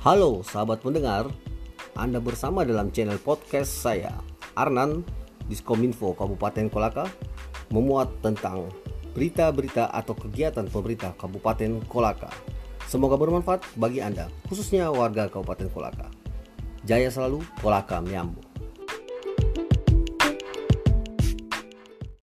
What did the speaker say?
Halo sahabat pendengar, Anda bersama dalam channel podcast saya, Arnan, Diskominfo Kabupaten Kolaka, memuat tentang berita-berita atau kegiatan pemerintah Kabupaten Kolaka. Semoga bermanfaat bagi Anda, khususnya warga Kabupaten Kolaka. Jaya selalu, Kolaka menyambut.